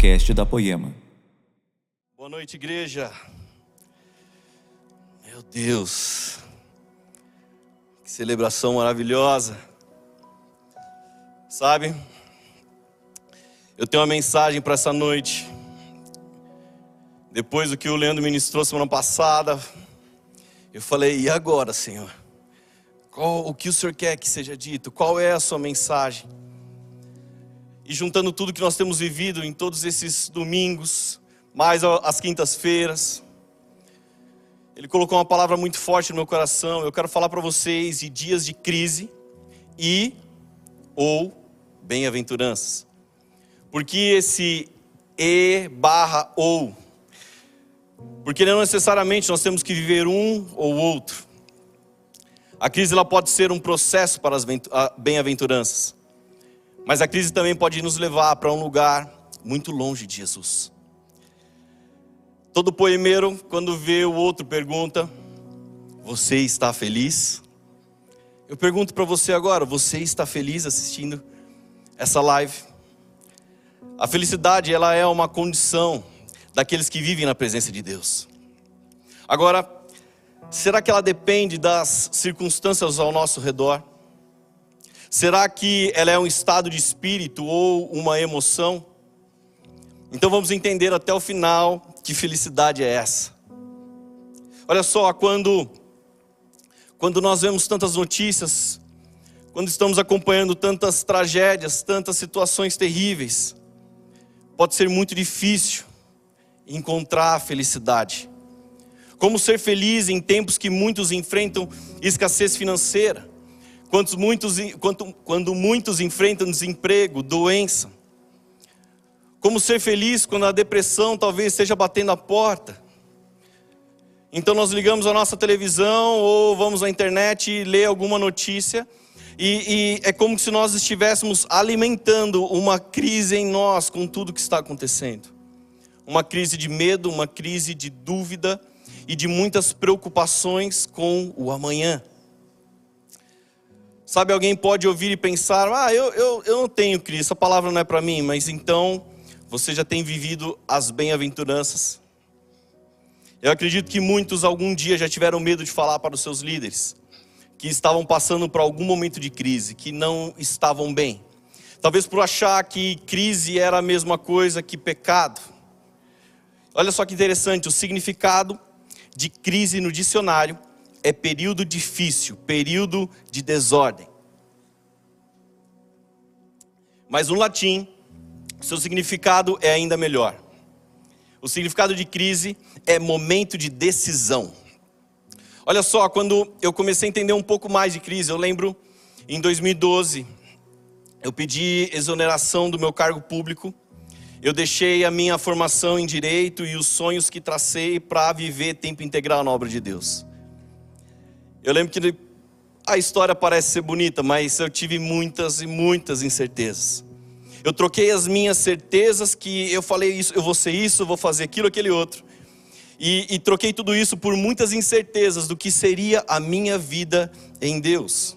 podcast da Poema. Boa noite, igreja. Meu Deus, que celebração maravilhosa. Sabe, eu tenho uma mensagem para essa noite. Depois do que o Leandro ministrou semana passada, eu falei, e agora, Senhor? O que o Senhor quer que seja dito? Qual é a sua mensagem? E juntando tudo que nós temos vivido em todos esses domingos, mais as quintas-feiras, Ele colocou uma palavra muito forte no meu coração. Eu quero falar para vocês de dias de crise ou bem-aventuranças. Por que esse ou? Porque não necessariamente nós temos que viver um ou outro. A crise ela pode ser um processo para as bem-aventuranças. Mas a crise também pode nos levar para um lugar muito longe de Jesus. Todo poemeiro, quando vê o outro, pergunta: você está feliz? Eu pergunto para você agora, você está feliz assistindo essa live? A felicidade, ela é uma condição daqueles que vivem na presença de Deus. Agora, será que ela depende das circunstâncias ao nosso redor? Será que ela é um estado de espírito ou uma emoção? Então vamos entender até o final que felicidade é essa. Olha só, quando nós vemos tantas notícias, quando estamos acompanhando tantas tragédias, tantas situações terríveis, pode ser muito difícil encontrar a felicidade. Como ser feliz em tempos que muitos enfrentam escassez financeira, quando muitos enfrentam desemprego, doença. Como ser feliz quando a depressão talvez esteja batendo a porta. Então nós ligamos a nossa televisão ou vamos na internet e ler alguma notícia e é como se nós estivéssemos alimentando uma crise em nós com tudo que está acontecendo. Uma crise de medo, uma crise de dúvida e de muitas preocupações com o amanhã. Sabe, alguém pode ouvir e pensar, eu não tenho crise, essa palavra não é para mim, mas então você já tem vivido as bem-aventuranças. Eu acredito que muitos algum dia já tiveram medo de falar para os seus líderes, que estavam passando por algum momento de crise, que não estavam bem. Talvez por achar que crise era a mesma coisa que pecado. Olha só que interessante, o significado de crise no dicionário é período difícil, período de desordem. Mas no latim, seu significado é ainda melhor. O significado de crise é momento de decisão. Olha só, quando eu comecei a entender um pouco mais de crise, eu lembro em 2012, eu pedi exoneração do meu cargo público. Eu deixei a minha formação em direito e os sonhos que tracei para viver tempo integral na obra de Deus. Eu lembro que a história parece ser bonita, mas eu tive muitas e muitas incertezas. Eu troquei as minhas certezas que eu falei isso, eu vou ser isso, eu vou fazer aquilo, aquele outro. E troquei tudo isso por muitas incertezas do que seria a minha vida em Deus.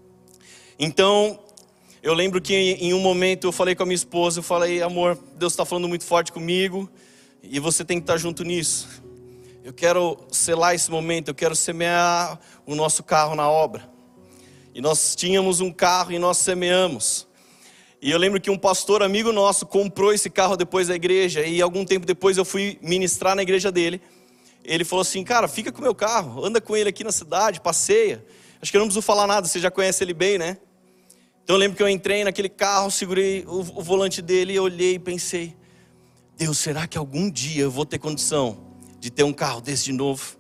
Então, eu lembro que em um momento eu falei com a minha esposa, eu falei, amor, Deus está falando muito forte comigo e você tem que estar junto nisso. Eu quero selar esse momento, eu quero semear o nosso carro na obra. E nós tínhamos um carro e nós semeamos. E eu lembro que um pastor amigo nosso comprou esse carro depois da igreja. E algum tempo depois eu fui ministrar na igreja dele. Ele falou assim, cara, fica com o meu carro, anda com ele aqui na cidade, passeia. Acho que eu não preciso falar nada, você já conhece ele bem, né? Então eu lembro que eu entrei naquele carro, segurei o volante dele e olhei e pensei, Deus, será que algum dia eu vou ter condição de ter um carro desse de novo?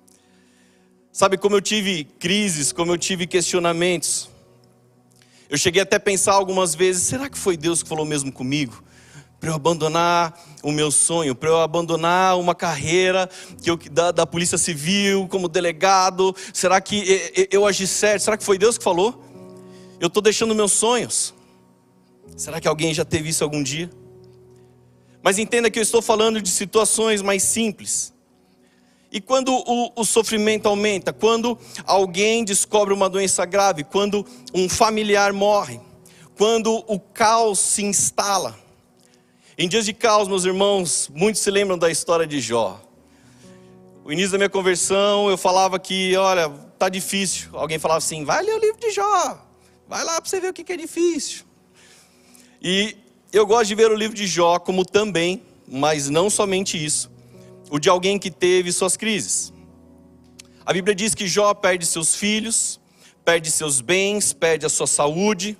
Sabe, como eu tive crises, como eu tive questionamentos. Eu cheguei até a pensar algumas vezes, será que foi Deus que falou mesmo comigo? Para eu abandonar o meu sonho, para eu abandonar uma carreira da Polícia Civil como delegado. Será que eu agi certo? Será que foi Deus que falou? Eu estou deixando meus sonhos. Será que alguém já teve isso algum dia? Mas entenda que eu estou falando de situações mais simples. E quando o sofrimento aumenta, quando alguém descobre uma doença grave, quando um familiar morre, quando o caos se instala, Em dias de caos, meus irmãos, muitos se lembram da história de Jó. O início da minha conversão, eu falava que, olha, tá difícil. Alguém falava assim, vai ler o livro de Jó. Vai lá para você ver o que é difícil. E eu gosto de ver o livro de Jó como também, mas não somente isso, o de alguém que teve suas crises. A Bíblia diz que Jó perde seus filhos, perde seus bens, perde a sua saúde.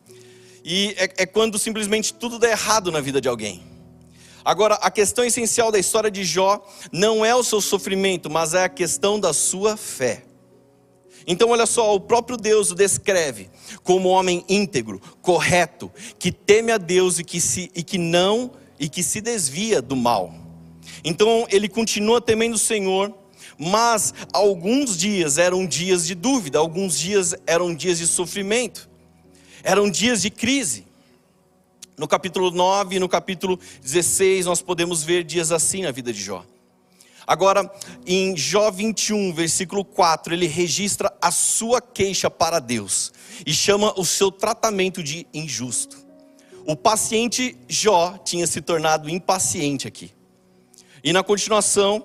E é quando simplesmente tudo dá errado na vida de alguém. Agora, a questão essencial da história de Jó não é o seu sofrimento, mas é a questão da sua fé. Então olha só, o próprio Deus o descreve como um homem íntegro, correto, que teme a Deus e que se desvia do mal. Então ele continua temendo o Senhor, mas alguns dias eram dias de dúvida, alguns dias eram dias de sofrimento, eram dias de crise. No capítulo 9 e no capítulo 16 nós podemos ver dias assim na vida de Jó. Agora, em Jó 21, versículo 4, ele registra a sua queixa para Deus e chama o seu tratamento de injusto. O paciente Jó tinha se tornado impaciente aqui. E na continuação,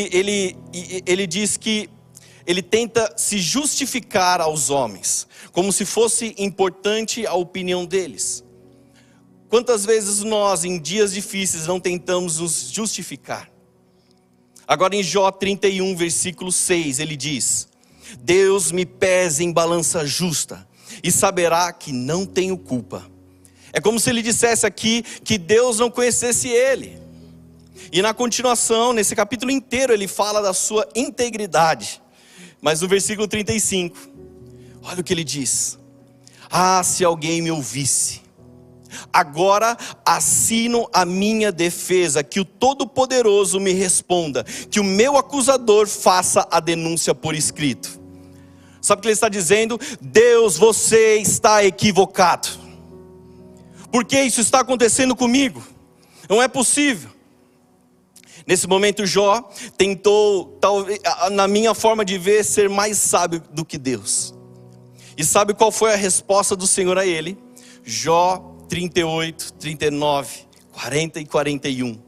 ele diz que ele tenta se justificar aos homens, como se fosse importante a opinião deles. Quantas vezes nós, em dias difíceis, não tentamos nos justificar? Agora em Jó 31, versículo 6, ele diz: Deus me pesa em balança justa e saberá que não tenho culpa. É como se ele dissesse aqui que Deus não conhecesse ele. E na continuação, nesse capítulo inteiro, ele fala da sua integridade. Mas no versículo 35, olha o que ele diz: Ah, se alguém me ouvisse! Agora assino a minha defesa, que o Todo-Poderoso me responda, que o meu acusador faça a denúncia por escrito. Sabe o que ele está dizendo? Deus, você está equivocado. Por que isso está acontecendo comigo? Não é possível. Nesse momento Jó tentou, talvez, na minha forma de ver, ser mais sábio do que Deus. E sabe qual foi a resposta do Senhor a ele? Jó 38, 39, 40 e 41.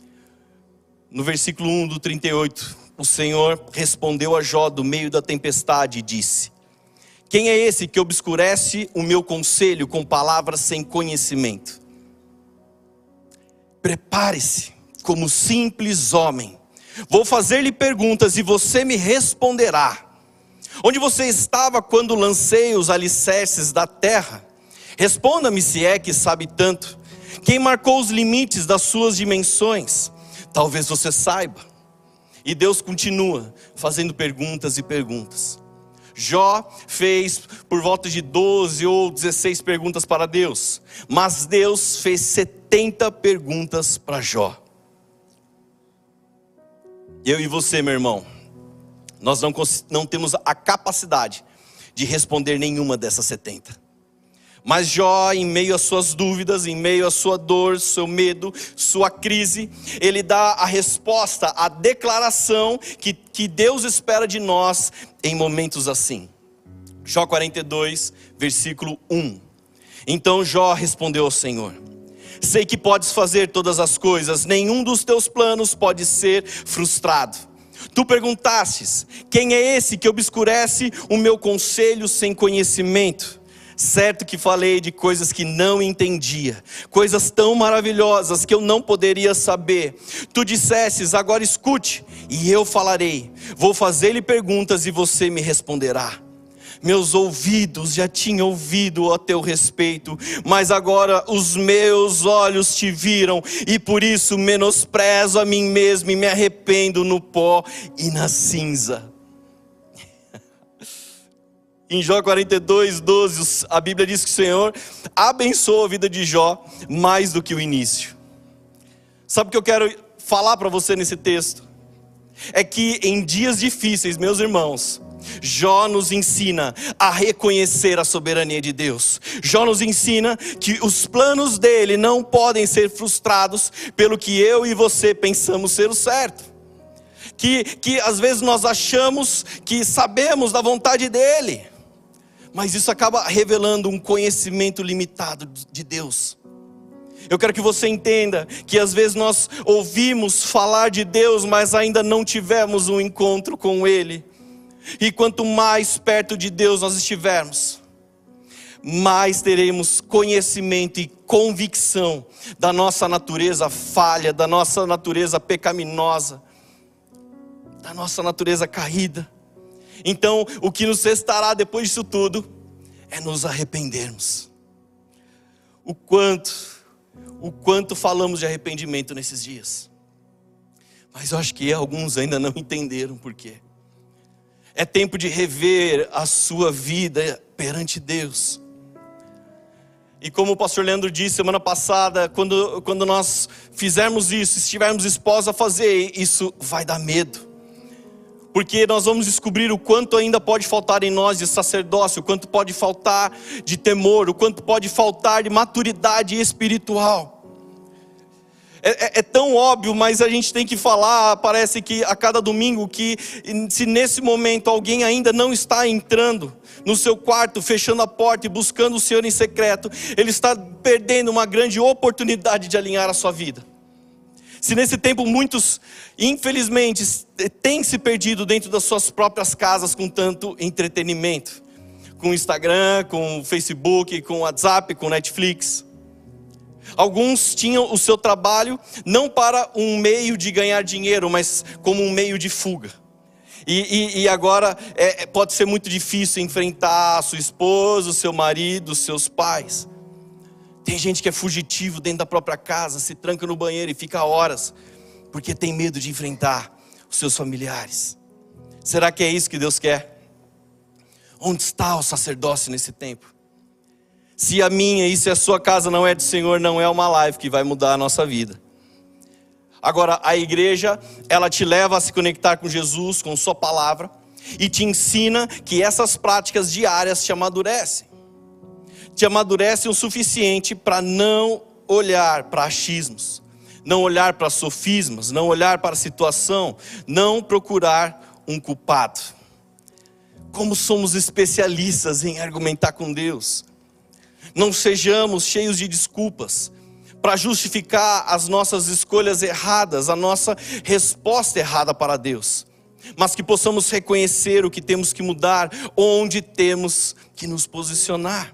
No versículo 1 do 38, o Senhor respondeu a Jó do meio da tempestade e disse: Quem é esse que obscurece o meu conselho com palavras sem conhecimento? Prepare-se como simples homem. Vou fazer-lhe perguntas e você me responderá. Onde você estava quando lancei os alicerces da terra? Responda-me se é que sabe tanto. Quem marcou os limites das suas dimensões? Talvez você saiba. E Deus continua fazendo perguntas e perguntas. Jó fez por volta de 12 ou 16 perguntas para Deus. Mas Deus fez 70 perguntas para Jó. Eu e você, meu irmão, nós não temos a capacidade de responder nenhuma dessas 70. Mas Jó, em meio às suas dúvidas, em meio à sua dor, seu medo, sua crise, ele dá a resposta, a declaração que Deus espera de nós em momentos assim. Jó 42, versículo 1. Então Jó respondeu ao Senhor: Sei que podes fazer todas as coisas, nenhum dos teus planos pode ser frustrado. Tu perguntastes: quem é esse que obscurece o meu conselho sem conhecimento? Certo que falei de coisas que não entendia, coisas tão maravilhosas que eu não poderia saber. Tu dissestes: agora escute, e eu falarei. Vou fazer-lhe perguntas e você me responderá. Meus ouvidos já tinham ouvido a teu respeito, mas agora os meus olhos te viram, e por isso menosprezo a mim mesmo e me arrependo no pó e na cinza. Em Jó 42, 12, a Bíblia diz que o Senhor abençoou a vida de Jó mais do que o início. Sabe o que eu quero falar para você nesse texto? É que em dias difíceis, meus irmãos, Jó nos ensina a reconhecer a soberania de Deus. Jó nos ensina que os planos dele não podem ser frustrados pelo que eu e você pensamos ser o certo. Que às vezes nós achamos que sabemos da vontade dele, mas isso acaba revelando um conhecimento limitado de Deus. Eu quero que você entenda que às vezes nós ouvimos falar de Deus, mas ainda não tivemos um encontro com Ele. E quanto mais perto de Deus nós estivermos, mais teremos conhecimento e convicção da nossa natureza falha, da nossa natureza pecaminosa, da nossa natureza caída. Então, o que nos restará depois disso tudo é nos arrependermos. O quanto falamos de arrependimento nesses dias. Mas eu acho que alguns ainda não entenderam por quê. É tempo de rever a sua vida perante Deus. E como o pastor Leandro disse semana passada, quando nós fizermos isso, estivermos dispostos a fazer, isso vai dar medo. Porque nós vamos descobrir o quanto ainda pode faltar em nós de sacerdócio, o quanto pode faltar de temor, o quanto pode faltar de maturidade espiritual. É tão óbvio, mas a gente tem que falar, parece que a cada domingo, que se nesse momento alguém ainda não está entrando no seu quarto, fechando a porta e buscando o Senhor em secreto, ele está perdendo uma grande oportunidade de alinhar a sua vida. Se nesse tempo muitos, infelizmente, têm se perdido dentro das suas próprias casas com tanto entretenimento, com Instagram, com Facebook, com WhatsApp, com Netflix. Alguns tinham o seu trabalho não para um meio de ganhar dinheiro, mas como um meio de fuga. E agora pode ser muito difícil enfrentar a sua esposa, o seu marido, os seus pais. Tem gente que é fugitivo dentro da própria casa, se tranca no banheiro e fica horas, porque tem medo de enfrentar os seus familiares. Será que é isso que Deus quer? Onde está o sacerdócio nesse tempo? Se a minha e se a sua casa não é do Senhor, não é uma live que vai mudar a nossa vida. Agora, a igreja, ela te leva a se conectar com Jesus, com sua palavra, e te ensina que essas práticas diárias te amadurecem. Te amadurecem o suficiente para não olhar para achismos, não olhar para sofismas, não olhar para a situação, não procurar um culpado. Como somos especialistas em argumentar com Deus. Não sejamos cheios de desculpas para justificar as nossas escolhas erradas, a nossa resposta errada para Deus. Mas que possamos reconhecer o que temos que mudar, onde temos que nos posicionar.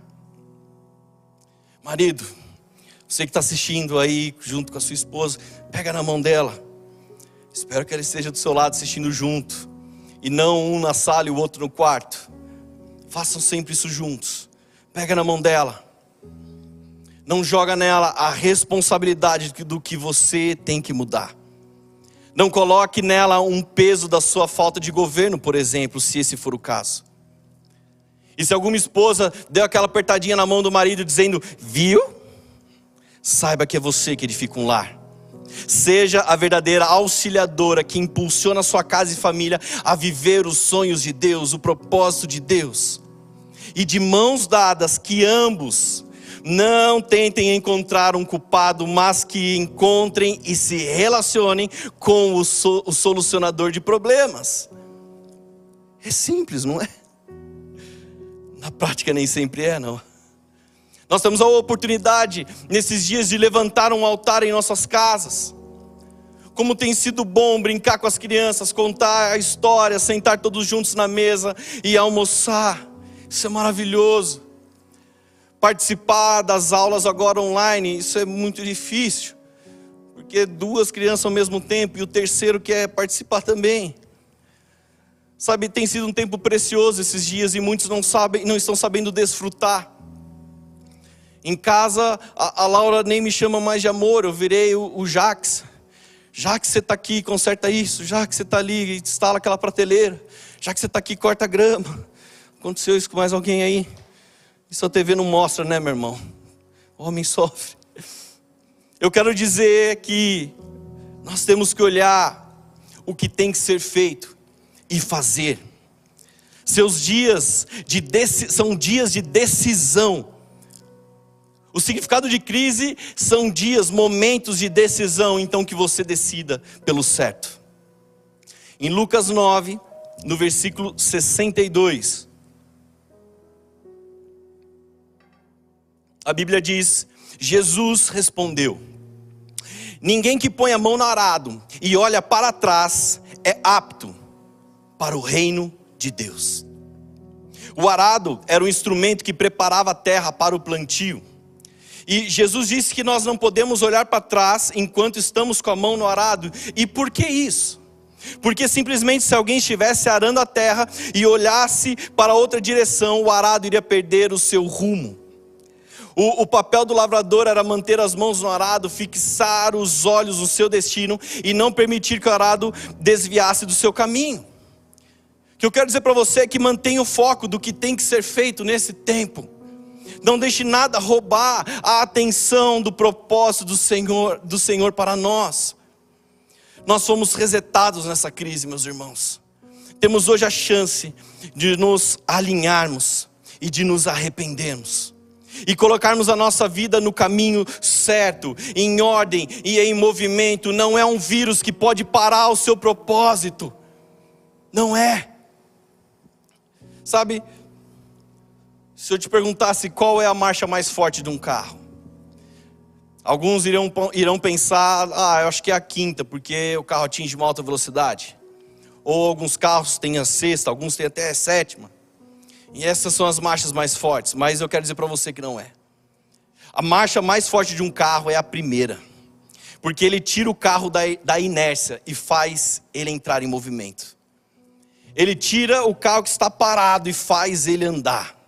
Marido, você que está assistindo aí junto com a sua esposa, pega na mão dela. Espero que ela esteja do seu lado assistindo junto. E não um na sala e o outro no quarto. Façam sempre isso juntos. Pega na mão dela. Não joga nela a responsabilidade do que você tem que mudar. Não coloque nela um peso da sua falta de governo, por exemplo, se esse for o caso. E se alguma esposa deu aquela apertadinha na mão do marido dizendo, viu? Saiba que é você que edifica um lar. Seja a verdadeira auxiliadora que impulsiona a sua casa e família a viver os sonhos de Deus, o propósito de Deus. E de mãos dadas, que ambos não tentem encontrar um culpado, mas que encontrem e se relacionem com o solucionador de problemas. É simples, não é? Na prática nem sempre é, não. Nós temos a oportunidade nesses dias de levantar um altar em nossas casas. Como tem sido bom brincar com as crianças, contar a história, sentar todos juntos na mesa e almoçar. Isso é maravilhoso. Participar das aulas agora online, isso é muito difícil. Porque 2 crianças ao mesmo tempo e o terceiro quer participar também. Sabe, tem sido um tempo precioso esses dias e muitos não estão sabendo desfrutar. Em casa, a Laura nem me chama mais de amor, eu virei o Jax. Já que você está aqui, conserta isso. Já que você está ali, instala aquela prateleira. Já que você está aqui, corta a grama. Aconteceu isso com mais alguém aí? Isso a TV não mostra, né, meu irmão? O homem sofre. Eu quero dizer que nós temos que olhar o que tem que ser feito e fazer. Seus dias são dias de decisão. O significado de crise são dias, momentos de decisão, então que você decida pelo certo. Em Lucas 9, no versículo 62. A Bíblia diz: Jesus respondeu: ninguém que põe a mão no arado e olha para trás é apto para o reino de Deus. O arado era um instrumento que preparava a terra para o plantio. E Jesus disse que nós não podemos olhar para trás enquanto estamos com a mão no arado. E por que isso? Porque simplesmente se alguém estivesse arando a terra e olhasse para outra direção, o arado iria perder o seu rumo. O papel do lavrador era manter as mãos no arado, fixar os olhos no seu destino e não permitir que o arado desviasse do seu caminho. O que eu quero dizer para você é que mantenha o foco do que tem que ser feito nesse tempo. Não deixe nada roubar a atenção do propósito do Senhor para nós. Nós fomos resetados nessa crise, meus irmãos. Temos hoje a chance de nos alinharmos e de nos arrependermos. E colocarmos a nossa vida no caminho certo, em ordem e em movimento. Não é um vírus que pode parar o seu propósito. Não é. Sabe, se eu te perguntasse qual é a marcha mais forte de um carro, alguns irão pensar: eu acho que é a quinta, porque o carro atinge uma alta velocidade. Ou alguns carros têm a sexta, alguns têm até a sétima. E essas são as marchas mais fortes, mas eu quero dizer para você que não é. A marcha mais forte de um carro é a primeira, porque ele tira o carro da inércia e faz ele entrar em movimento. Ele tira o carro que está parado e faz ele andar.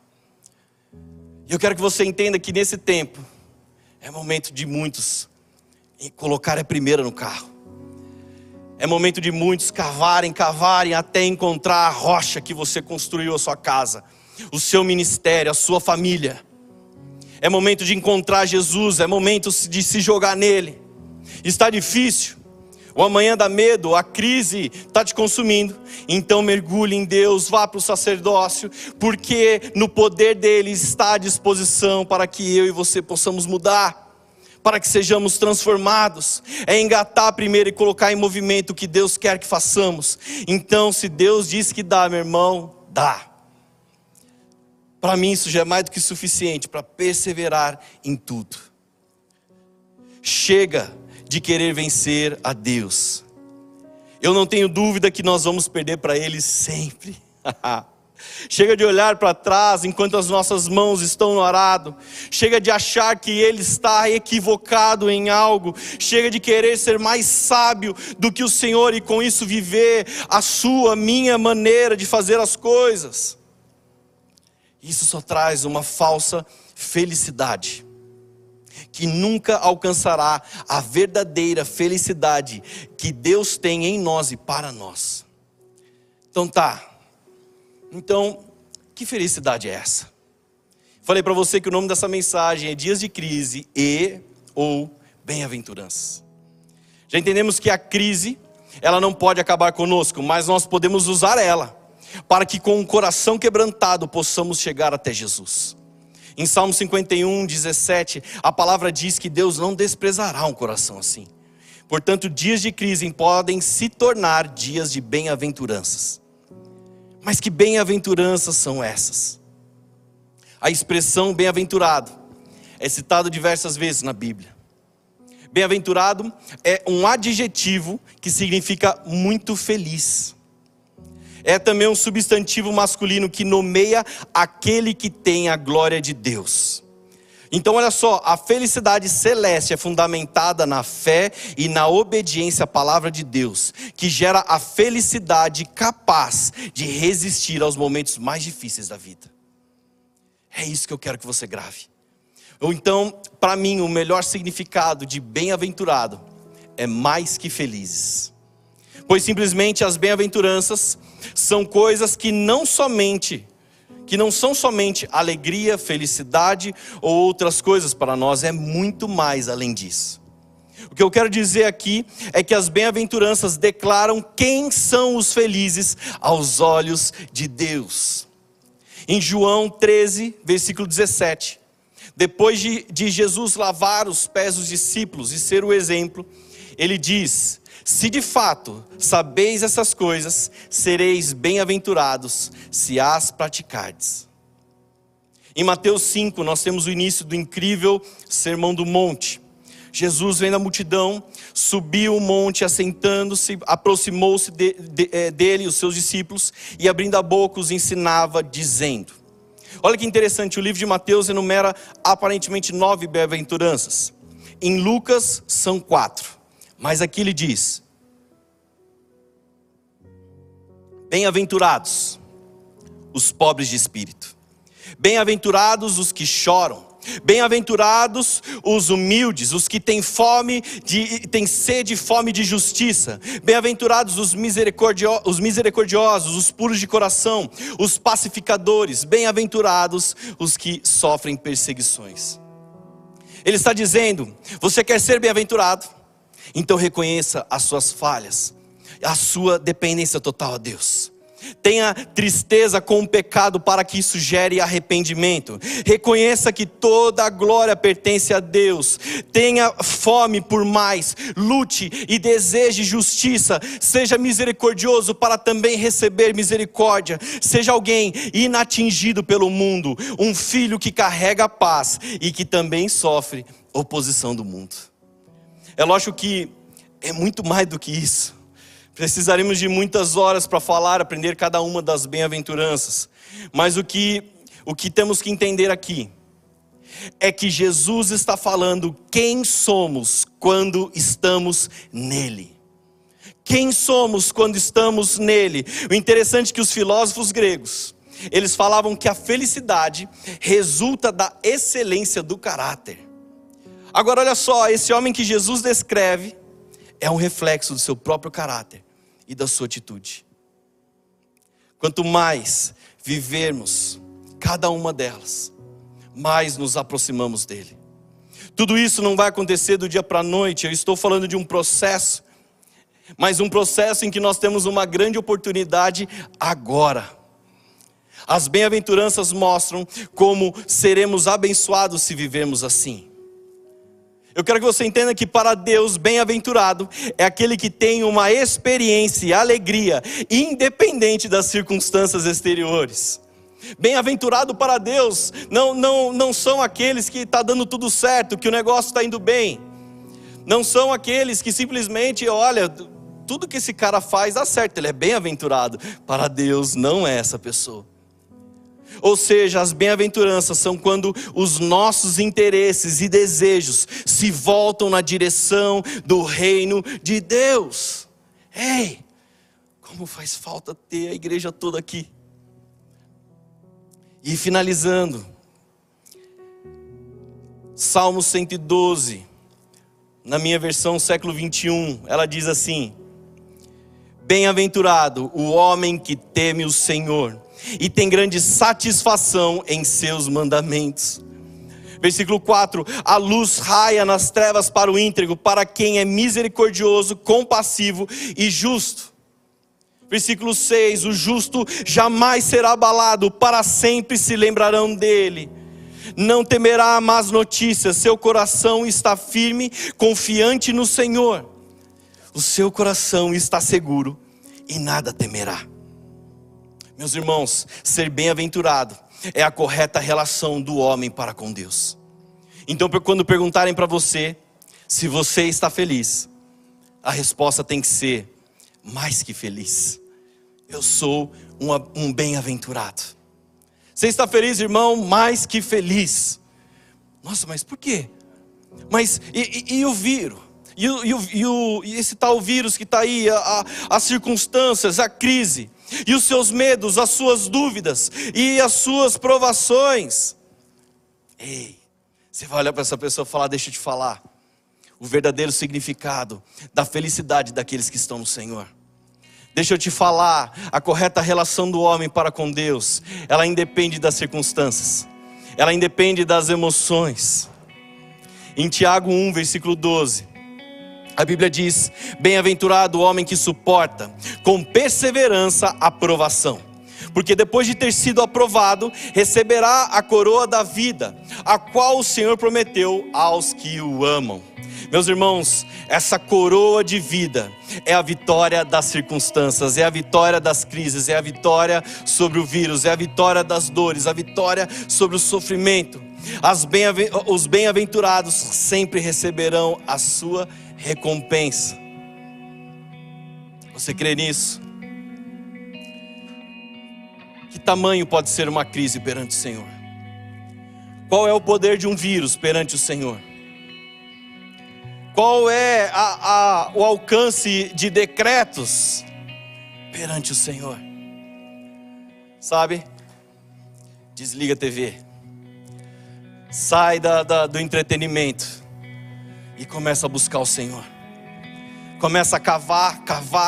E eu quero que você entenda que nesse tempo é momento de muitos colocar a primeira no carro. É momento de muitos cavarem até encontrar a rocha que você construiu a sua casa, o seu ministério, a sua família. É momento de encontrar Jesus, é momento de se jogar nele. Está difícil, o amanhã dá medo, a crise está te consumindo. Então mergulhe em Deus, vá para o sacerdócio, porque no poder dele está à disposição para que eu e você possamos mudar, para que sejamos transformados. É engatar primeiro e colocar em movimento o que Deus quer que façamos. Então, se Deus diz que dá, meu irmão, dá. Para mim isso já é mais do que suficiente para perseverar em tudo. Chega de querer vencer a Deus. Eu não tenho dúvida que nós vamos perder para Ele sempre. Chega de olhar para trás enquanto as nossas mãos estão no arado. Chega de achar que Ele está equivocado em algo. Chega de querer ser mais sábio do que o Senhor e com isso viver a minha maneira de fazer as coisas. Isso só traz uma falsa felicidade, que nunca alcançará a verdadeira felicidade que Deus tem em nós e para nós. Então, que felicidade é essa? Falei para você que o nome dessa mensagem é Dias de Crise ou Bem-aventuranças. Já entendemos que a crise, ela não pode acabar conosco, mas nós podemos usar ela para que com um coração quebrantado possamos chegar até Jesus. Em Salmo 51, 17, a palavra diz que Deus não desprezará um coração assim. Portanto, dias de crise podem se tornar dias de bem-aventuranças. Mas que bem-aventuranças são essas? A expressão bem-aventurado é citado diversas vezes na Bíblia. Bem-aventurado é um adjetivo que significa muito feliz. É também um substantivo masculino que nomeia aquele que tem a glória de Deus. Então olha só, a felicidade celeste é fundamentada na fé e na obediência à palavra de Deus, que gera a felicidade capaz de resistir aos momentos mais difíceis da vida. É isso que eu quero que você grave. Ou então, para mim, o melhor significado de bem-aventurado é mais que felizes. Pois simplesmente as bem-aventuranças são coisas que não são somente alegria, felicidade ou outras coisas para nós, é muito mais além disso. O que eu quero dizer aqui é que as bem-aventuranças declaram quem são os felizes aos olhos de Deus. Em João 13, versículo 17, depois de Jesus lavar os pés dos discípulos e ser o exemplo, ele diz: se de fato sabeis essas coisas, sereis bem-aventurados se as praticardes. Em Mateus 5, nós temos o início do incrível Sermão do Monte. Jesus, vendo a multidão, subiu o monte, assentando-se, aproximou-se dele, os seus discípulos, e abrindo a boca os ensinava, dizendo. Olha que interessante, o livro de Mateus enumera aparentemente 9 bem-aventuranças. Em Lucas são 4, mas aqui ele diz: bem-aventurados os pobres de espírito, bem-aventurados os que choram, bem-aventurados os humildes, os que têm sede e fome de justiça, bem-aventurados os misericordiosos, os puros de coração, os pacificadores, bem-aventurados os que sofrem perseguições. Ele está dizendo: você quer ser bem-aventurado? Então reconheça as suas falhas, a sua dependência total a Deus. Tenha tristeza com o pecado para que isso gere arrependimento. Reconheça que toda a glória pertence a Deus. Tenha fome por mais. Lute e deseje justiça. Seja misericordioso para também receber misericórdia. Seja alguém inatingido pelo mundo. Um filho que carrega a paz e que também sofre oposição do mundo. É lógico que é muito mais do que isso. Precisaremos de muitas horas para falar, aprender cada uma das bem-aventuranças. Mas o que temos que entender aqui é que Jesus está falando quem somos quando estamos nele. Quem somos quando estamos nele? O interessante é que os filósofos gregos, eles falavam que a felicidade resulta da excelência do caráter. Agora olha só, esse homem que Jesus descreve é um reflexo do seu próprio caráter e da sua atitude. Quanto mais vivermos cada uma delas, mais nos aproximamos dele. Tudo isso não vai acontecer do dia para a noite. Eu estou falando de um processo, mas um processo em que nós temos uma grande oportunidade agora. As bem-aventuranças mostram como seremos abençoados se vivermos assim. Eu quero que você entenda que para Deus, bem-aventurado é aquele que tem uma experiência e alegria independente das circunstâncias exteriores. Bem-aventurado para Deus não são aqueles que está dando tudo certo, que o negócio está indo bem. Não são aqueles que simplesmente, olha, tudo que esse cara faz dá certo, ele é bem-aventurado. Para Deus não é essa pessoa. Ou seja, as bem-aventuranças são quando os nossos interesses e desejos se voltam na direção do reino de Deus. Ei, como faz falta ter a igreja toda aqui. E finalizando, Salmo 112, na minha versão século 21, ela diz assim: bem-aventurado o homem que teme o Senhor e tem grande satisfação em seus mandamentos. Versículo 4: a luz raia nas trevas para o íntegro, para quem é misericordioso, compassivo e justo. Versículo 6: o justo jamais será abalado, para sempre se lembrarão dele. Não temerá más notícias, seu coração está firme, confiante no Senhor. O seu coração está seguro e nada temerá. Meus irmãos, ser bem-aventurado é a correta relação do homem para com Deus. Então, quando perguntarem para você se você está feliz, a resposta tem que ser: mais que feliz. Eu sou um bem-aventurado. Você está feliz, irmão? Mais que feliz. Nossa, mas por quê? Mas e o vírus? E esse tal vírus que está aí, as circunstâncias, a crise, e os seus medos, as suas dúvidas e as suas provações. Ei, você vai olhar para essa pessoa e falar: deixa eu te falar o verdadeiro significado da felicidade daqueles que estão no Senhor. Deixa eu te falar, a correta relação do homem para com Deus, ela independe das circunstâncias, ela independe das emoções. Em Tiago 1, versículo 12, a Bíblia diz: bem-aventurado o homem que suporta com perseverança a provação, porque depois de ter sido aprovado, receberá a coroa da vida, a qual o Senhor prometeu aos que o amam. Meus irmãos, essa coroa de vida é a vitória das circunstâncias, é a vitória das crises, é a vitória sobre o vírus, é a vitória das dores, a vitória sobre o sofrimento. Os bem-aventurados sempre receberão a sua recompensa. Você crê nisso? Que tamanho pode ser uma crise perante o Senhor? Qual é o poder de um vírus perante o Senhor? Qual é o alcance de decretos perante o Senhor? Sabe? Desliga a TV. Sai do entretenimento e começa a buscar o Senhor. Começa a cavar,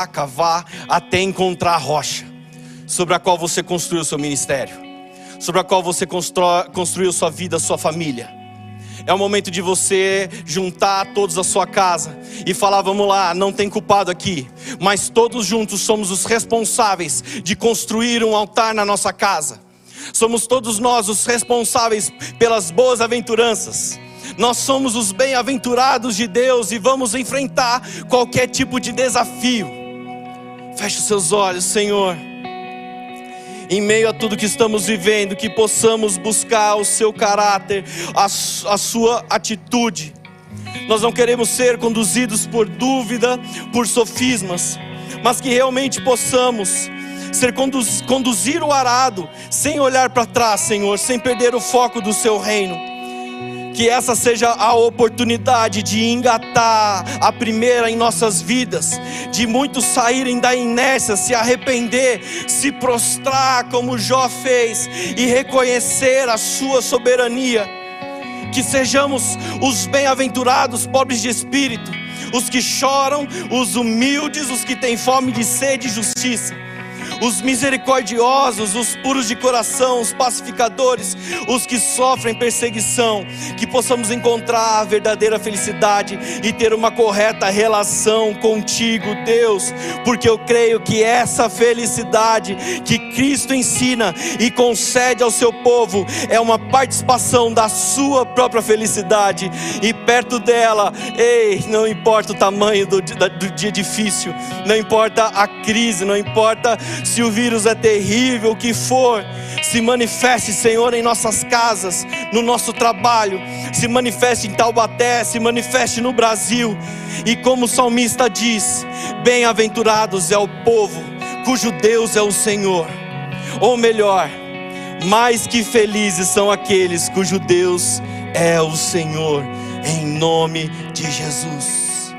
até encontrar a rocha sobre a qual você construiu o seu ministério, sobre a qual você construiu sua vida, sua família. É o momento de você juntar todos a sua casa e falar: vamos lá, não tem culpado aqui, mas todos juntos somos os responsáveis de construir um altar na nossa casa. Somos todos nós os responsáveis pelas boas aventuranças. Nós somos os bem-aventurados de Deus e vamos enfrentar qualquer tipo de desafio. Feche os seus olhos, Senhor. Em meio a tudo que estamos vivendo, que possamos buscar o seu caráter, a sua atitude. Nós não queremos ser conduzidos por dúvida, por sofismas, mas que realmente possamos conduzir o arado sem olhar para trás, Senhor, sem perder o foco do seu reino. Que essa seja a oportunidade de engatar a primeira em nossas vidas, de muitos saírem da inércia, se arrepender, se prostrar como Jó fez e reconhecer a sua soberania. Que sejamos os bem-aventurados, pobres de espírito, os que choram, os humildes, os que têm fome de sede e justiça, os misericordiosos, os puros de coração, os pacificadores, os que sofrem perseguição. Que possamos encontrar a verdadeira felicidade e ter uma correta relação contigo, Deus, porque eu creio que essa felicidade que Cristo ensina e concede ao seu povo é uma participação da sua própria felicidade, e perto dela, não importa o tamanho do dia difícil, não importa a crise, não importa se o vírus é terrível, o que for, se manifeste, Senhor, em nossas casas, no nosso trabalho, se manifeste em Taubaté, se manifeste no Brasil. E como o salmista diz: bem-aventurados é o povo cujo Deus é o Senhor. Ou melhor, mais que felizes são aqueles cujo Deus é o Senhor, em nome de Jesus.